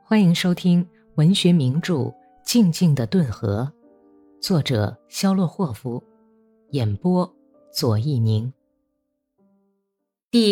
欢迎收听文学名著《静静的顿河》，作者肖洛霍夫，演播左一宁。第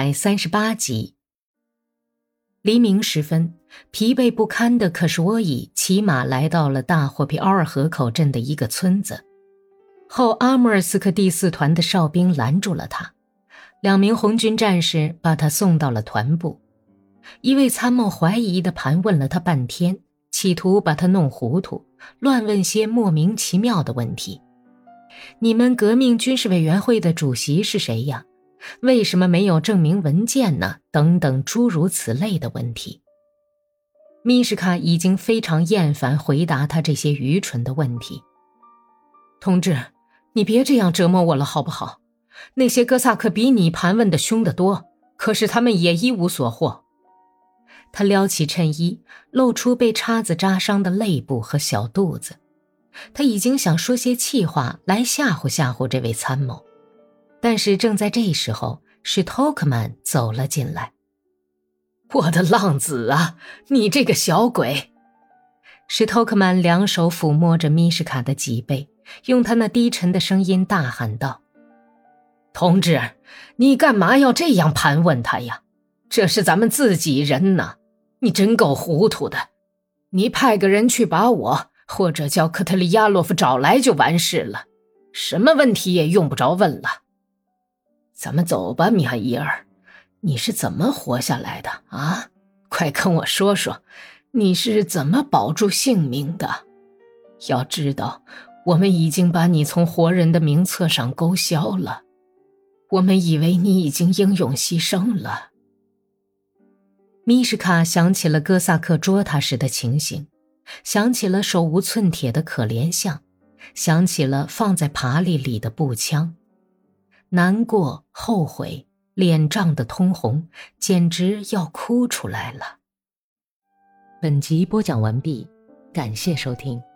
238集。黎明时分，疲惫不堪的可什沃伊骑马来到了大霍皮奥尔河口镇的一个村子，后阿穆尔斯克第4团的哨兵拦住了他，2名红军战士把他送到了团部。一位参谋怀疑地盘问了他半天，企图把他弄糊涂，乱问些莫名其妙的问题。你们革命军事委员会的主席是谁呀？为什么没有证明文件呢？等等诸如此类的问题。米什卡已经非常厌烦回答他这些愚蠢的问题。同志，你别这样折磨我了好不好？那些哥萨克比你盘问的凶得多，可是他们也一无所获。他撩起衬衣，露出被叉子扎伤的肋部和小肚子。他已经想说些气话来吓唬吓唬这位参谋，但是正在这时候，史托克曼走了进来。我的浪子啊，你这个小鬼！史托克曼2手抚摸着米什卡的脊背，用他那低沉的声音大喊道：同志，你干嘛要这样盘问他呀？这是咱们自己人呢，你真够糊涂的。你派个人去把我或者叫科特里亚洛夫找来就完事了，什么问题也用不着问了。咱们走吧，米哈伊尔，你是怎么活下来的啊？快跟我说说，你是怎么保住性命的？要知道，我们已经把你从活人的名册上勾销了，我们以为你已经英勇牺牲了。米什卡想起了哥萨克捉他时的情形，想起了手无寸铁的可怜相，想起了放在爬犁里的步枪，难过、后悔，脸涨得通红，简直要哭出来了。本集播讲完毕，感谢收听。